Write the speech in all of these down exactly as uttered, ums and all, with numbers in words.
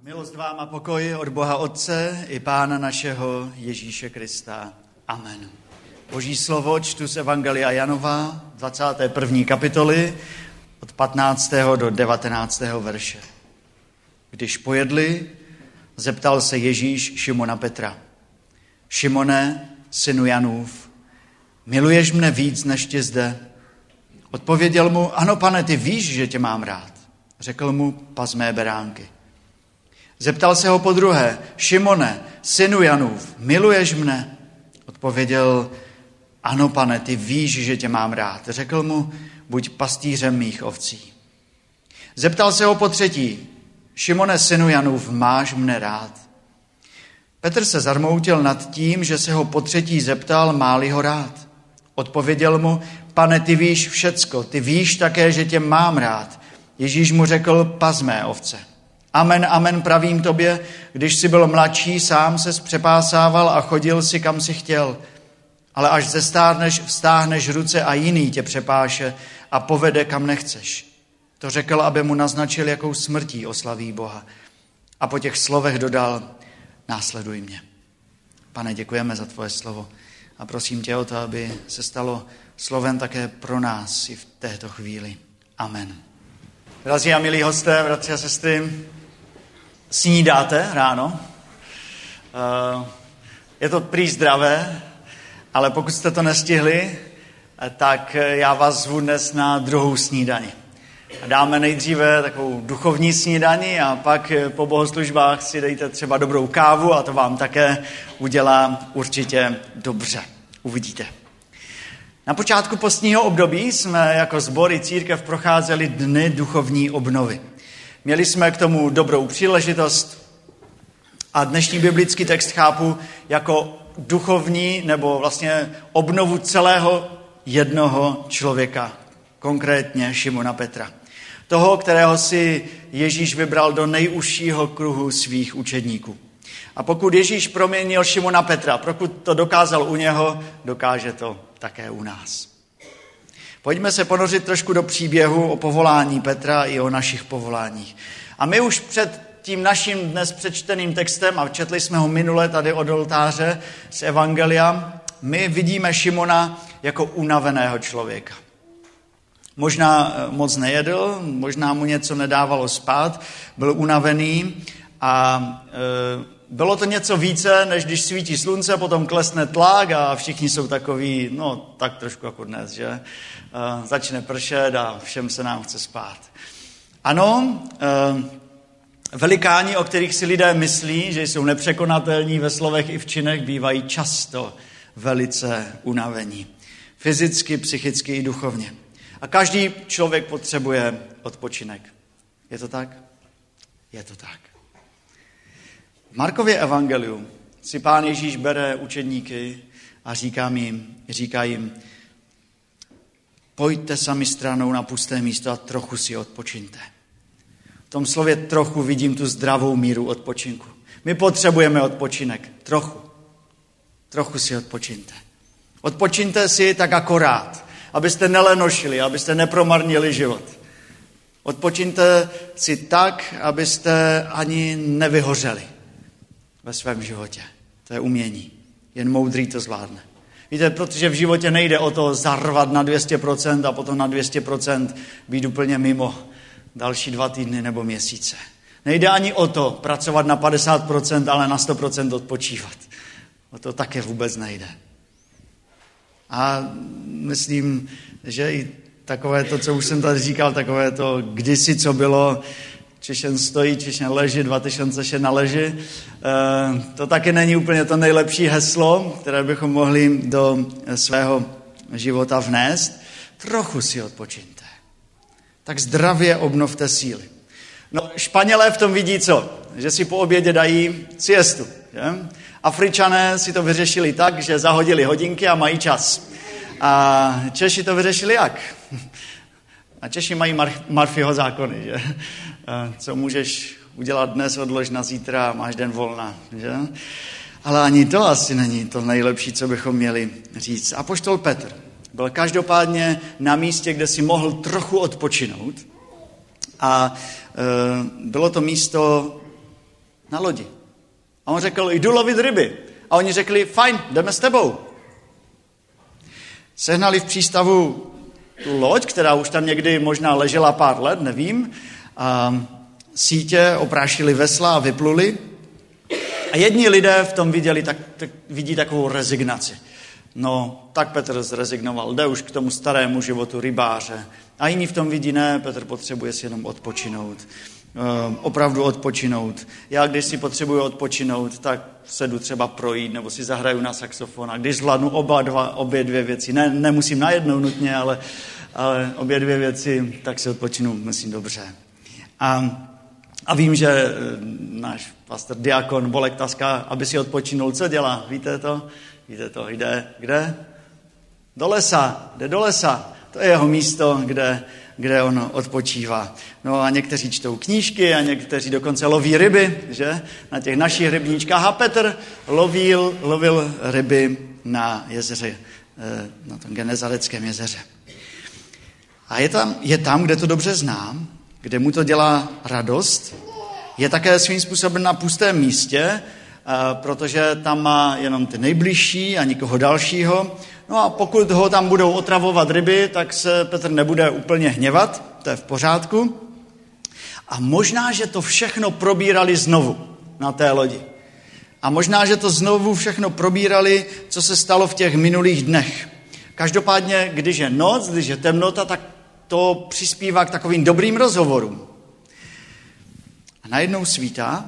Milost vám a pokoj od Boha Otce i Pána našeho Ježíše Krista. Amen. Boží slovo čtu z Evangelia Janova, dvacáté první kapitoly, od patnáctého do devatenáctého verše. Když pojedli, zeptal se Ježíš Šimona Petra. Šimone, synu Janův, miluješ mne víc, než tě zde? Odpověděl mu, ano, pane, ty víš, že tě mám rád. Řekl mu, pas mé beránky. Zeptal se ho podruhé, Šimone, synu Janův, miluješ mne? Odpověděl, ano, pane, ty víš, že tě mám rád. Řekl mu, buď pastýřem mých ovcí. Zeptal se ho potřetí, Šimone, synu Janův, máš mne rád? Petr se zarmoutil nad tím, že se ho potřetí zeptal, má-li ho rád. Odpověděl mu, pane, ty víš všecko, ty víš také, že tě mám rád. Ježíš mu řekl, pas mé ovce. Amen, amen, pravím tobě, když jsi byl mladší, sám ses přepásával a chodil si, kam si chtěl. Ale až zestárneš, vztáhneš ruce a jiný tě přepáše a povede, kam nechceš. To řekl, aby mu naznačil, jakou smrtí oslaví Boha. A po těch slovech dodal, následuj mě. Pane, děkujeme za tvoje slovo a prosím tě o to, aby se stalo slovem také pro nás i v této chvíli. Amen. Drazí a milí hosté, bratři a sestry, snídáte ráno? Je to prý zdravé, ale pokud jste to nestihli, tak já vás zvu dnes na druhou snídani. Dáme nejdříve takovou duchovní snídani a pak po bohoslužbách si dejte třeba dobrou kávu a to vám také udělá určitě dobře. Uvidíte. Na počátku postního období jsme jako sbor i církev procházeli dny duchovní obnovy. Měli jsme k tomu dobrou příležitost a dnešní biblický text chápu jako duchovní nebo vlastně obnovu celého jednoho člověka, konkrétně Šimona Petra. Toho, kterého si Ježíš vybral do nejužšího kruhu svých učedníků. A pokud Ježíš proměnil Šimona Petra, pokud to dokázal u něho, dokáže to také u nás. Pojďme se ponořit trošku do příběhu o povolání Petra i o našich povoláních. A my už před tím naším dnes přečteným textem, a četli jsme ho minule tady od oltáře z Evangelia, my vidíme Šimona jako unaveného člověka. Možná moc nejedl, možná mu něco nedávalo spát, byl unavený a e, bylo to něco více, než když svítí slunce, potom klesne tlak a všichni jsou takový, no tak trošku jako dnes, že? E, začne pršet a všem se nám chce spát. Ano, e, velikáni, o kterých si lidé myslí, že jsou nepřekonatelní ve slovech i v činech, bývají často velice unavení. Fyzicky, psychicky i duchovně. A každý člověk potřebuje odpočinek. Je to tak? Je to tak. V Markově evangeliu si Pán Ježíš bere učedníky a říká jim, říká jim, pojďte sami stranou na pusté místo a trochu si odpočiňte. V tom slově trochu vidím tu zdravou míru odpočinku. My potřebujeme odpočinek. Trochu. Trochu si odpočiňte. Odpočiňte si tak akorát, abyste nelenošili, abyste nepromarnili život. Odpočiňte si tak, abyste ani nevyhořeli ve svém životě. To je umění. Jen moudrý to zvládne. Víte, protože v životě nejde o to zarvat na dvě stě procent a potom na dvě stě procent být úplně mimo další dva týdny nebo měsíce. Nejde ani o to pracovat na padesát procent, ale na sto procent odpočívat. O to také vůbec nejde. A myslím, že i takové to, co už jsem tady říkal, takové to kdysi, co bylo, Češen stojí, Češen leží, dva tyšence še na leži. To taky není úplně to nejlepší heslo, které bychom mohli do svého života vnést. Trochu si odpočiňte. Tak zdravě obnovte síly. No, Španělé v tom vidí co? Že si po obědě dají siestu. Že? Afričané si to vyřešili tak, že zahodili hodinky a mají čas. A Češi to vyřešili jak? A Češi mají Mar- Murphyho zákony, že? Co můžeš udělat dnes, odlož na zítra a máš den volna, že? Ale ani to asi není to nejlepší, co bychom měli říct. Apoštol Petr byl každopádně na místě, kde si mohl trochu odpočinout. A e, bylo to místo na lodi. A on řekl, jdu lovit ryby. A oni řekli, fajn, jdeme s tebou. Sehnali v přístavu tu loď, která už tam někdy možná ležela pár let, nevím. A sítě, oprášili vesla a vypluli. A jedni lidé v tom viděli, tak, tak vidí takovou rezignaci. No, tak Petr zrezignoval, jde už k tomu starému životu rybáře. A jiní v tom vidí, ne, Petr potřebuje si jenom odpočinout. E, opravdu odpočinout. Já, když si potřebuji odpočinout, tak sedu třeba projít, nebo si zahraju na saxofon. A když zvládnu oba dva, obě dvě věci, ne, nemusím najednou nutně, ale, ale obě dvě věci, tak si odpočinu, myslím, dobře. A, a vím, že náš pastor diakon Bolek Taska, aby si odpočinul, co dělá? Víte to? Víte to, jde kde? Do lesa, jde do lesa. To je jeho místo, kde, kde on odpočívá. No a někteří čtou knížky a někteří dokonce loví ryby, že? Na těch našich rybníčkách. A Petr lovil, lovil ryby na jezeře, na tom Genezareckém jezeře. A je tam, je tam, kde to dobře znám, kde mu to dělá radost. Je také svým způsobem na pustém místě, protože tam má jenom ty nejbližší a nikoho dalšího. No a pokud ho tam budou otravovat ryby, tak se Petr nebude úplně hněvat, to je v pořádku. A možná, že to všechno probírali znovu na té lodi. A možná, že to znovu všechno probírali, co se stalo v těch minulých dnech. Každopádně, když je noc, když je temnota, tak to přispívá k takovým dobrým rozhovorům. A najednou svítá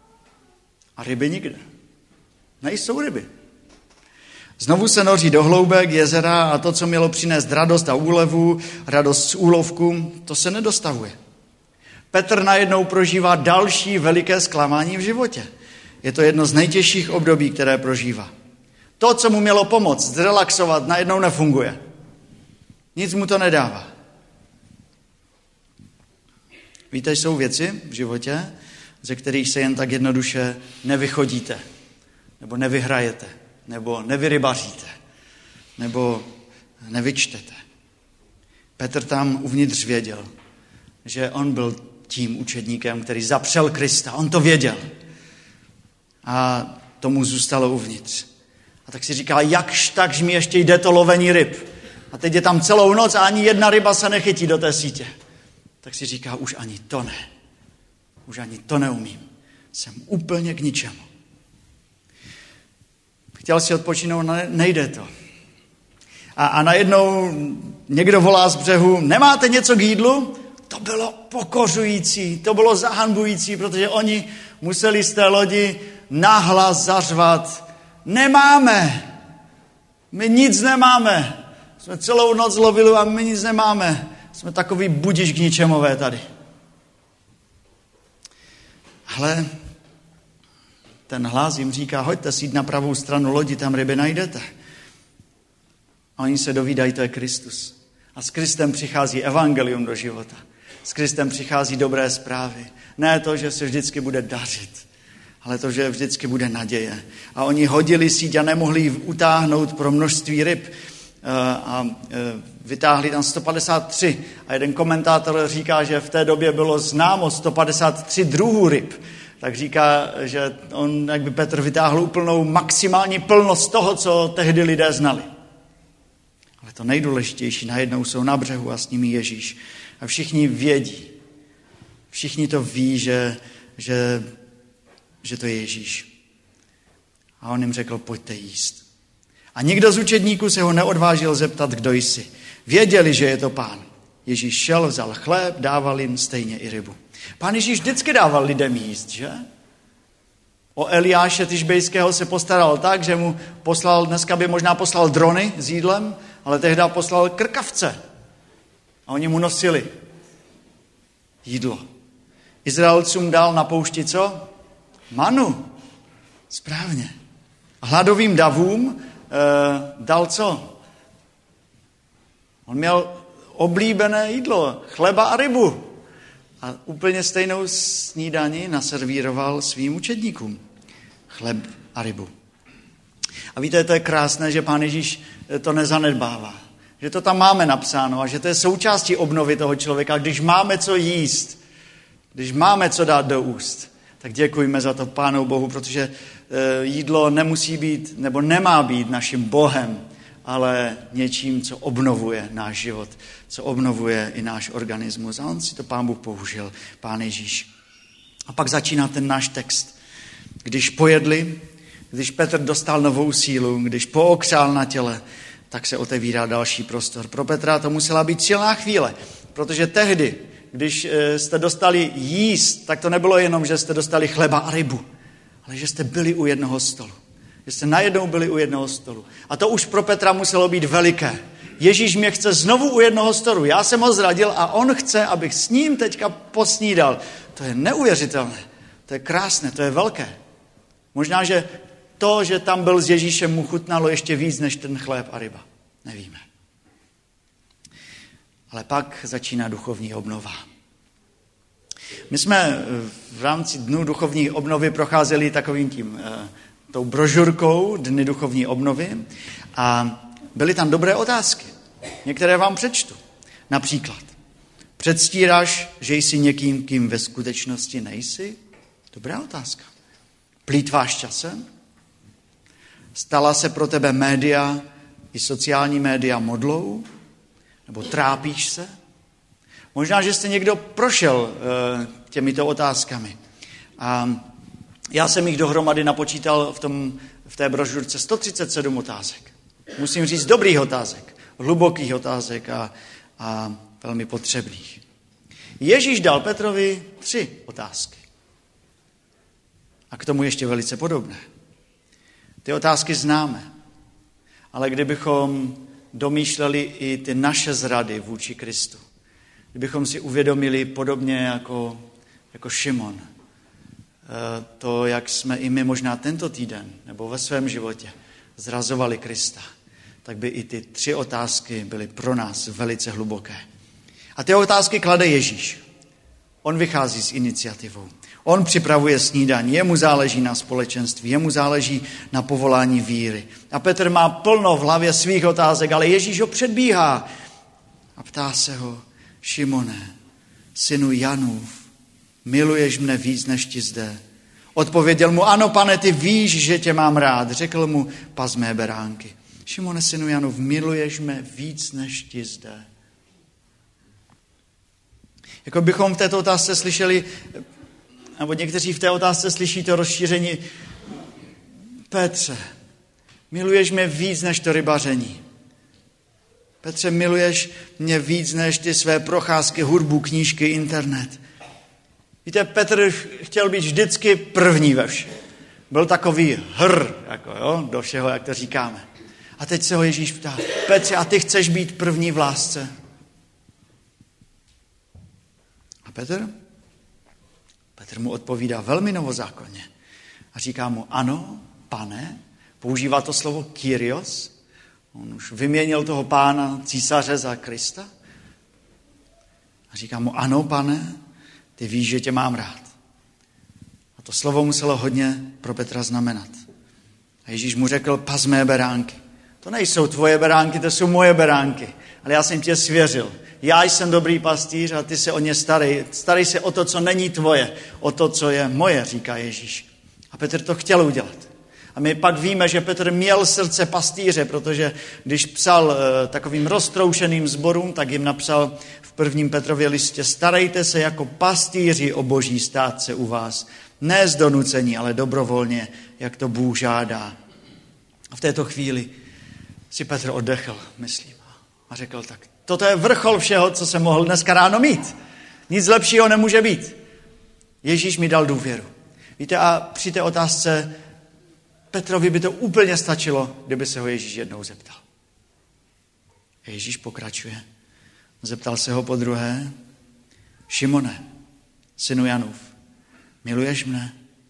a ryby nikde. Nejsou ryby. Znovu se noří do hloubek jezera a to, co mělo přinést radost a úlevu, radost z úlovku, to se nedostavuje. Petr najednou prožívá další veliké zklamání v životě. Je to jedno z nejtěžších období, které prožívá. To, co mu mělo pomoct, zrelaxovat, najednou nefunguje. Nic mu to nedává. Víte, jsou věci v životě, ze kterých se jen tak jednoduše nevychodíte, nebo nevyhrajete, nebo nevyrybaříte, nebo nevyčtete. Petr tam uvnitř věděl, že on byl tím učedníkem, který zapřel Krista. On to věděl. A tomu zůstalo uvnitř. A tak si říká, jakž takž mi ještě jde to lovení ryb. A teď je tam celou noc a ani jedna ryba se nechytí do té sítě. Tak si říká, už ani to ne. Už ani to neumím. Jsem úplně k ničemu. Chtěl si odpočinout, nejde to. A, a najednou někdo volá z břehu, nemáte něco k jídlu? To bylo pokořující, to bylo zahanbující, protože oni museli z té lodi nahlas zařvat, nemáme, my nic nemáme. Jsme celou noc lovili a my nic nemáme. Jsme takový budiš k ničemové tady. Ale ten hlas jim říká, hoďte si jít na pravou stranu lodi, tam ryby najdete. A oni se dovídají, to je Kristus. A s Kristem přichází evangelium do života. S Kristem přichází dobré zprávy. Ne to, že se vždycky bude dařit, ale to, že vždycky bude naděje. A oni hodili síť a nemohli ji utáhnout pro množství ryb. A vytáhli tam sto padesát tři. A jeden komentátor říká, že v té době bylo známo sto padesát tři druhů ryb. Tak říká, že on, jak by Petr vytáhl úplnou maximální plnost toho, co tehdy lidé znali. Ale to nejdůležitější, najednou jsou na břehu a s nimi Ježíš. A všichni vědí, všichni to ví, že, že, že to je Ježíš. A on jim řekl, pojďte jíst. A nikdo z učedníků se ho neodvážil zeptat, kdo jsi. Věděli, že je to Pán. Ježíš šel, vzal chléb, dával jim stejně i rybu. Pán Ježíš vždycky dával lidem jíst, že? O Eliáše Tišbejského se postaral tak, že mu poslal, dneska by možná poslal drony s jídlem, ale tehdy poslal krkavce. A oni mu nosili jídlo. Izraelcům dal na poušti co? Manu. Správně. A hladovým davům e, dal co? On měl oblíbené jídlo, chleba a rybu. A úplně stejnou snídani naservíroval svým učedníkům. Chleb a rybu. A víte, to je krásné, že Pán Ježíš to nezanedbává. Že to tam máme napsáno a že to je součástí obnovy toho člověka. Když máme co jíst, když máme co dát do úst, Tak děkujeme za to Pánu Bohu, protože jídlo nemusí být, nebo nemá být naším Bohem, ale něčím, co obnovuje náš život, co obnovuje i náš organismus. A on si to Pán Bůh použil, Pán Ježíš. A pak začíná ten náš text. Když pojedli, když Petr dostal novou sílu, když pookřál na těle, tak se otevírá další prostor. Pro Petra to musela být silná chvíle, protože tehdy, když jste dostali jíst, tak to nebylo jenom, že jste dostali chleba a rybu, ale že jste byli u jednoho stolu. Že jste najednou byli u jednoho stolu. A to už pro Petra muselo být veliké. Ježíš mě chce znovu u jednoho stolu. Já jsem ho zradil a on chce, abych s ním teďka posnídal. To je neuvěřitelné. To je krásné, to je velké. Možná, že to, že tam byl s Ježíšem, mu chutnalo ještě víc než ten chléb a ryba. Nevíme. Ale pak začíná duchovní obnova. My jsme v rámci dnů duchovní obnovy procházeli takovým tím, tou brožurkou Dny duchovní obnovy a byly tam dobré otázky. Některé vám přečtu. Například, předstíráš, že jsi někým, kým ve skutečnosti nejsi? Dobrá otázka. Plýtváš časem? Stala se pro tebe média i sociální média modlou? Nebo trápíš se? Možná, že jste někdo prošel e, těmito otázkami. A já jsem jich dohromady napočítal v, tom, v té brožurce sto třicet sedm otázek. Musím říct dobrých otázek, hlubokých otázek a, a velmi potřebných. Ježíš dal Petrovi tři otázky. A k tomu ještě velice podobné. Ty otázky známe, ale kdybychom domýšleli i ty naše zrady vůči Kristu, kdybychom si uvědomili podobně jako, jako Šimon, to, jak jsme i my možná tento týden nebo ve svém životě zrazovali Krista, tak by i ty tři otázky byly pro nás velice hluboké. A ty otázky klade Ježíš. On vychází s iniciativou. On připravuje snídaní, jemu záleží na společenství, jemu záleží na povolání víry. A Petr má plno v hlavě svých otázek, ale Ježíš ho předbíhá a ptá se ho, Šimone, synu Janův, miluješ mne víc než ti zde? Odpověděl mu, ano, pane, ty víš, že tě mám rád. Řekl mu, pas mé beránky. Šimone, synu Janův, miluješ mne víc než ti zde? Jako bychom v této otázce slyšeli, nebo někteří v té otázce slyší to rozšíření, Petře, miluješ mě víc než to rybaření. Petře, miluješ mě víc než ty své procházky, hudbu, knížky, internet. Víte, Petr chtěl být vždycky první ve všem. Byl takový hr, jako jo, do všeho, jak to říkáme. A teď se ho Ježíš ptá, Petře, a ty chceš být první v lásce? A Petr? Petr mu odpovídá velmi novozákonně a říká mu, ano, pane, používá to slovo Kyrios, on už vyměnil toho pána císaře za Krista a říká mu, ano, pane, ty víš, že tě mám rád. A to slovo muselo hodně pro Petra znamenat. A Ježíš mu řekl, pas mé beránky. To nejsou tvoje beránky, to jsou moje beránky, ale já jsem tě svěřil. Já jsem dobrý pastýř a ty se o ně starej. Starej se o to, co není tvoje, o to, co je moje, říká Ježíš. A Petr to chtěl udělat. A my pak víme, že Petr měl srdce pastýře, protože když psal e, takovým roztroušeným sborům, tak jim napsal v prvním Petrově listě, starejte se jako pastýři o boží státce u vás. Ne z donucení, ale dobrovolně, jak to Bůh žádá. A v této chvíli si Petr oddechl, myslím, a řekl tak, toto je vrchol všeho, co jsem mohl dneska ráno mít. Nic lepšího nemůže být. Ježíš mi dal důvěru. Víte, a při té otázce Petrovi by to úplně stačilo, kdyby se ho Ježíš jednou zeptal. A Ježíš pokračuje. Zeptal se ho po druhé, Šimone, synu Janův, miluješ mne?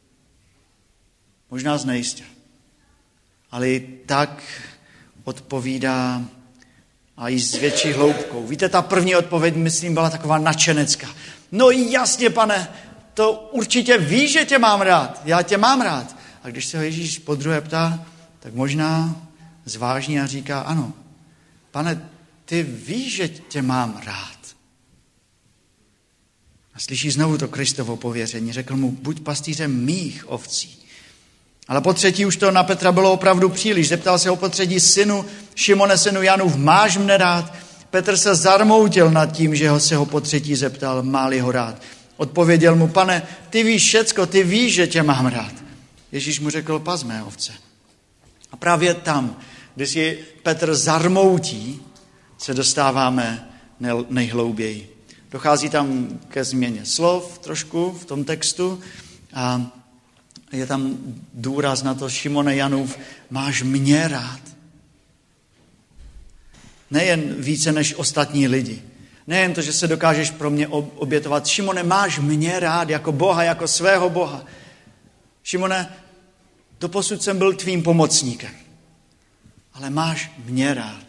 Možná znejistě. Ale i tak odpovídá a i s větší hloubkou. Víte, ta první odpověď, myslím, byla taková nadšenecká. No jasně, pane, to určitě víš, že tě mám rád. Já tě mám rád. A když se ho Ježíš podruhé ptá, tak možná zvážní a říká, ano, pane, ty víš, že tě mám rád. A slyší znovu to Kristovo pověření. Řekl mu, buď pastýřem mých ovcí. Ale po třetí už to na Petra bylo opravdu příliš. Zeptal se ho po třetí, synu, Šimone, synu Janův, máš mne rád? Petr se zarmoutil nad tím, že ho se ho po třetí zeptal, má-li ho rád. Odpověděl mu, pane, ty víš všecko, ty víš, že tě mám rád. Ježíš mu řekl, paz mé ovce. A právě tam, když si Petr zarmoutí, se dostáváme nejhlouběji. Dochází tam ke změně slov trošku v tom textu a je tam důraz na to, Šimone Janův, máš mě rád. Nejen více než ostatní lidi. Nejen to, že se dokážeš pro mě obětovat. Šimone, máš mě rád jako Boha, jako svého Boha. Šimone, doposud jsem byl tvým pomocníkem. Ale máš mě rád.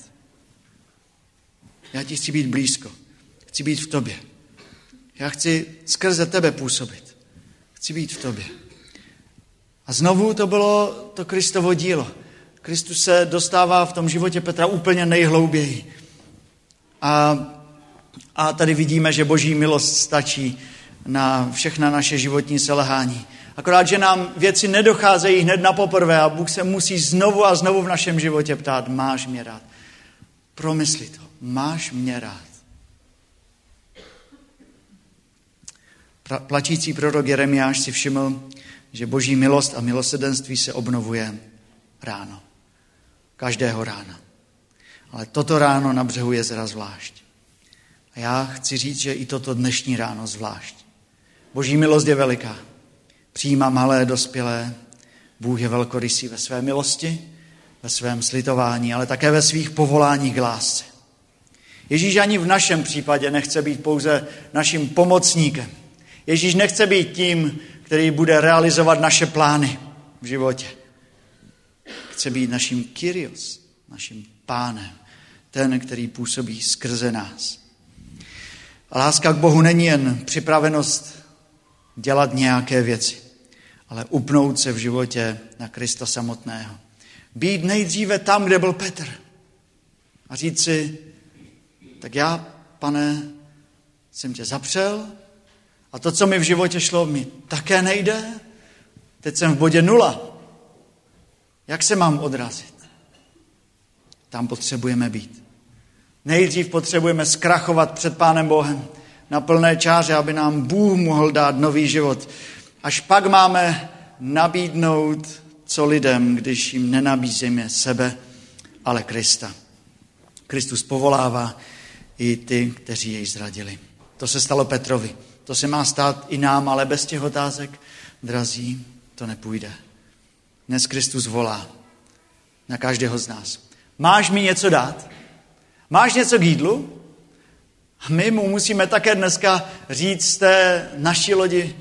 Já ti chci být blízko. Chci být v tobě. Já chci skrze tebe působit. Chci být v tobě. A znovu to bylo to Kristovo dílo. Kristus se dostává v tom životě Petra úplně nejhlouběji. A, a tady vidíme, že Boží milost stačí na všechna naše životní selhání. Akorát, že nám věci nedocházejí hned na poprvé a Bůh se musí znovu a znovu v našem životě ptát, máš mě rád. Promysli to, máš mě rád. Plačící prorok Jeremiáš si všiml, že Boží milost a milosrdenství se obnovuje ráno. Každého rána. Ale toto ráno na břehu jezera zvlášť. A já chci říct, že i toto dnešní ráno zvlášť. Boží milost je veliká. Přijímá malé, dospělé. Bůh je velkorysý ve své milosti, ve svém slitování, ale také ve svých povoláních k lásce. Ježíš ani v našem případě nechce být pouze naším pomocníkem. Ježíš nechce být tím, který bude realizovat naše plány v životě. Chce být naším Kyrios, naším pánem, ten, který působí skrze nás. A láska k Bohu není jen připravenost dělat nějaké věci, ale upnout se v životě na Krista samotného. Být nejdříve tam, kde byl Petr. A říct si, tak já, pane, jsem tě zapřel a to, co mi v životě šlo, mi také nejde. Teď jsem v bodě nula. Jak se mám odrazit? Tam potřebujeme být. Nejdřív potřebujeme zkrachovat před Pánem Bohem na plné čáře, aby nám Bůh mohl dát nový život. Až pak máme nabídnout co lidem, když jim nenabízíme sebe, ale Krista. Kristus povolává i ty, kteří jej zradili. To se stalo Petrovi. To se má stát i nám, ale bez těch otázek, drazí, to nepůjde. Dnes Kristus volá na každého z nás. Máš mi něco dát? Máš něco k jídlu? A my mu musíme také dneska říct z té naší lodi,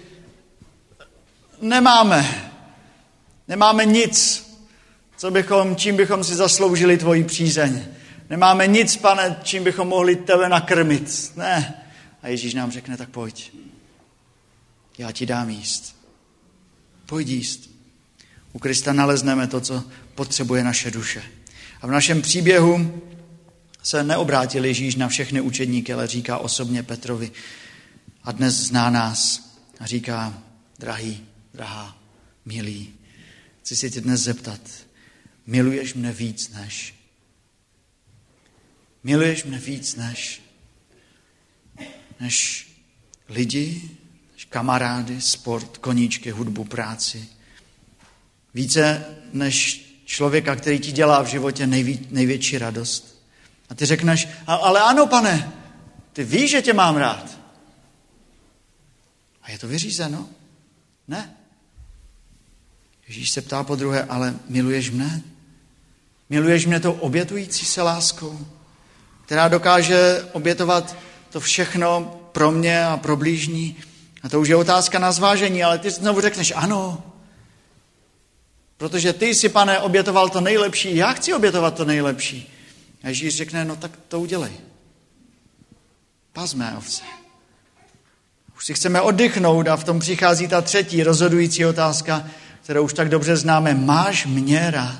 nemáme. Nemáme nic, co bychom, čím bychom si zasloužili tvoji přízeň. Nemáme nic, pane, čím bychom mohli tebe nakrmit. Ne. A Ježíš nám řekne, tak pojď. Já ti dám jíst. Pojď jíst. U Krista nalezneme to, co potřebuje naše duše. A v našem příběhu se neobrátil Ježíš na všechny učedníky, ale říká osobně Petrovi. A dnes zná nás a říká, drahý, drahá, milý, chci se tě dnes zeptat, miluješ mne víc než? Miluješ mne víc než? Než lidi, než kamarády, sport, koníčky, hudbu, práci? Více než člověka, který ti dělá v životě nejví, největší radost? A ty řekneš, ale ano, pane, ty víš, že tě mám rád. A je to vyřízeno? Ne. Ježíš se ptá po druhé, ale miluješ mne? Miluješ mne tou obětující se láskou, která dokáže obětovat to všechno pro mě a pro blížní? A to už je otázka na zvážení, ale ty znovu řekneš ano. Protože ty jsi, pane, obětoval to nejlepší, já chci obětovat to nejlepší. A Ježíš řekne, no tak to udělej. Paz mé ovce. Už si chceme oddychnout a v tom přichází ta třetí rozhodující otázka, kterou už tak dobře známe. Máš mě rád?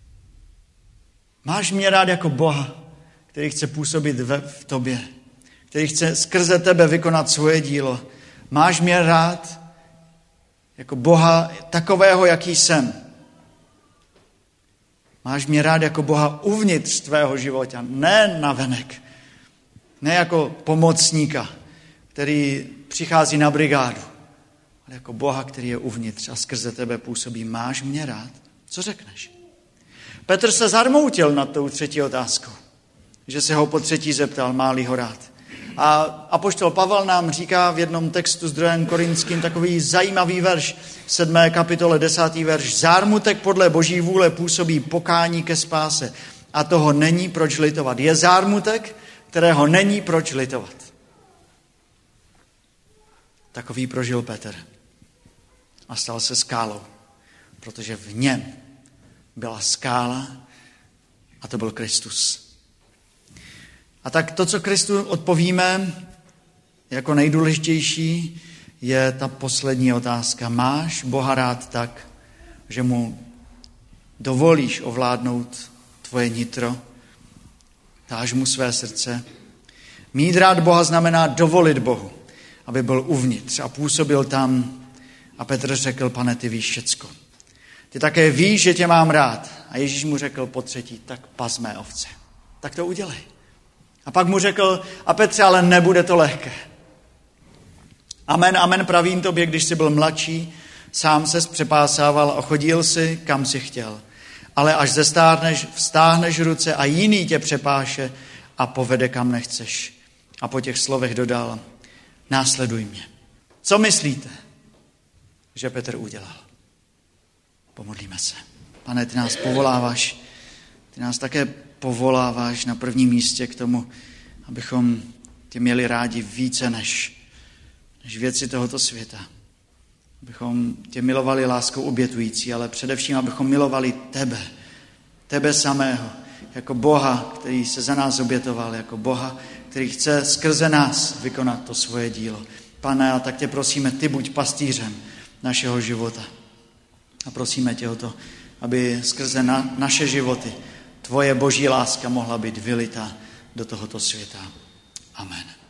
Máš mě rád jako Boha, který chce působit ve, v tobě, který chce skrze tebe vykonat svoje dílo. Máš mě rád jako Boha takového, jaký jsem. Máš mě rád jako Boha uvnitř tvého života, ne navenek. Ne jako pomocníka, který přichází na brigádu, ale jako Boha, který je uvnitř a skrze tebe působí. Máš mě rád? Co řekneš? Petr se zarmoutil nad tou třetí otázkou, že se ho po třetí zeptal, má-li ho rád. A apoštol Pavel nám říká v jednom textu s druhým Korinským takový zajímavý verš, v sedmé kapitole desátý verš. Zármutek podle boží vůle působí pokání ke spáse a toho není proč litovat. Je zármutek, kterého není proč litovat. Takový prožil Petr a stal se skálou, protože v něm byla skála a to byl Kristus. A tak to, co Kristu odpovíme jako nejdůležitější, je ta poslední otázka. Máš Boha rád tak, že mu dovolíš ovládnout tvoje nitro? Dáš mu své srdce? Mít rád Boha znamená dovolit Bohu, aby byl uvnitř a působil tam. A Petr řekl, pane, ty víš všecko. Ty také víš, že tě mám rád. A Ježíš mu řekl po třetí, tak pas mé ovce. Tak to udělej. A pak mu řekl, a Petře, ale nebude to lehké. Amen, amen, pravím tobě, když jsi byl mladší, sám ses přepásával a chodil si, kam si chtěl. Ale až zestárneš, vztáhneš ruce a jiný tě přepáše a povede, kam nechceš. A po těch slovech dodal, následuj mě. Co myslíte, že Petr udělal? Pomodlíme se. Pane, ty nás povoláváš, ty nás také povoláváš na prvním místě k tomu, abychom tě měli rádi více než, než věci tohoto světa. Abychom tě milovali láskou obětující, ale především, abychom milovali tebe, tebe samého, jako Boha, který se za nás obětoval, jako Boha, který chce skrze nás vykonat to svoje dílo. Pane, a tak tě prosíme, ty buď pastýřem našeho života. A prosíme tě o to, aby skrze na, naše životy tvoje boží láska mohla být vylita do tohoto světa. Amen.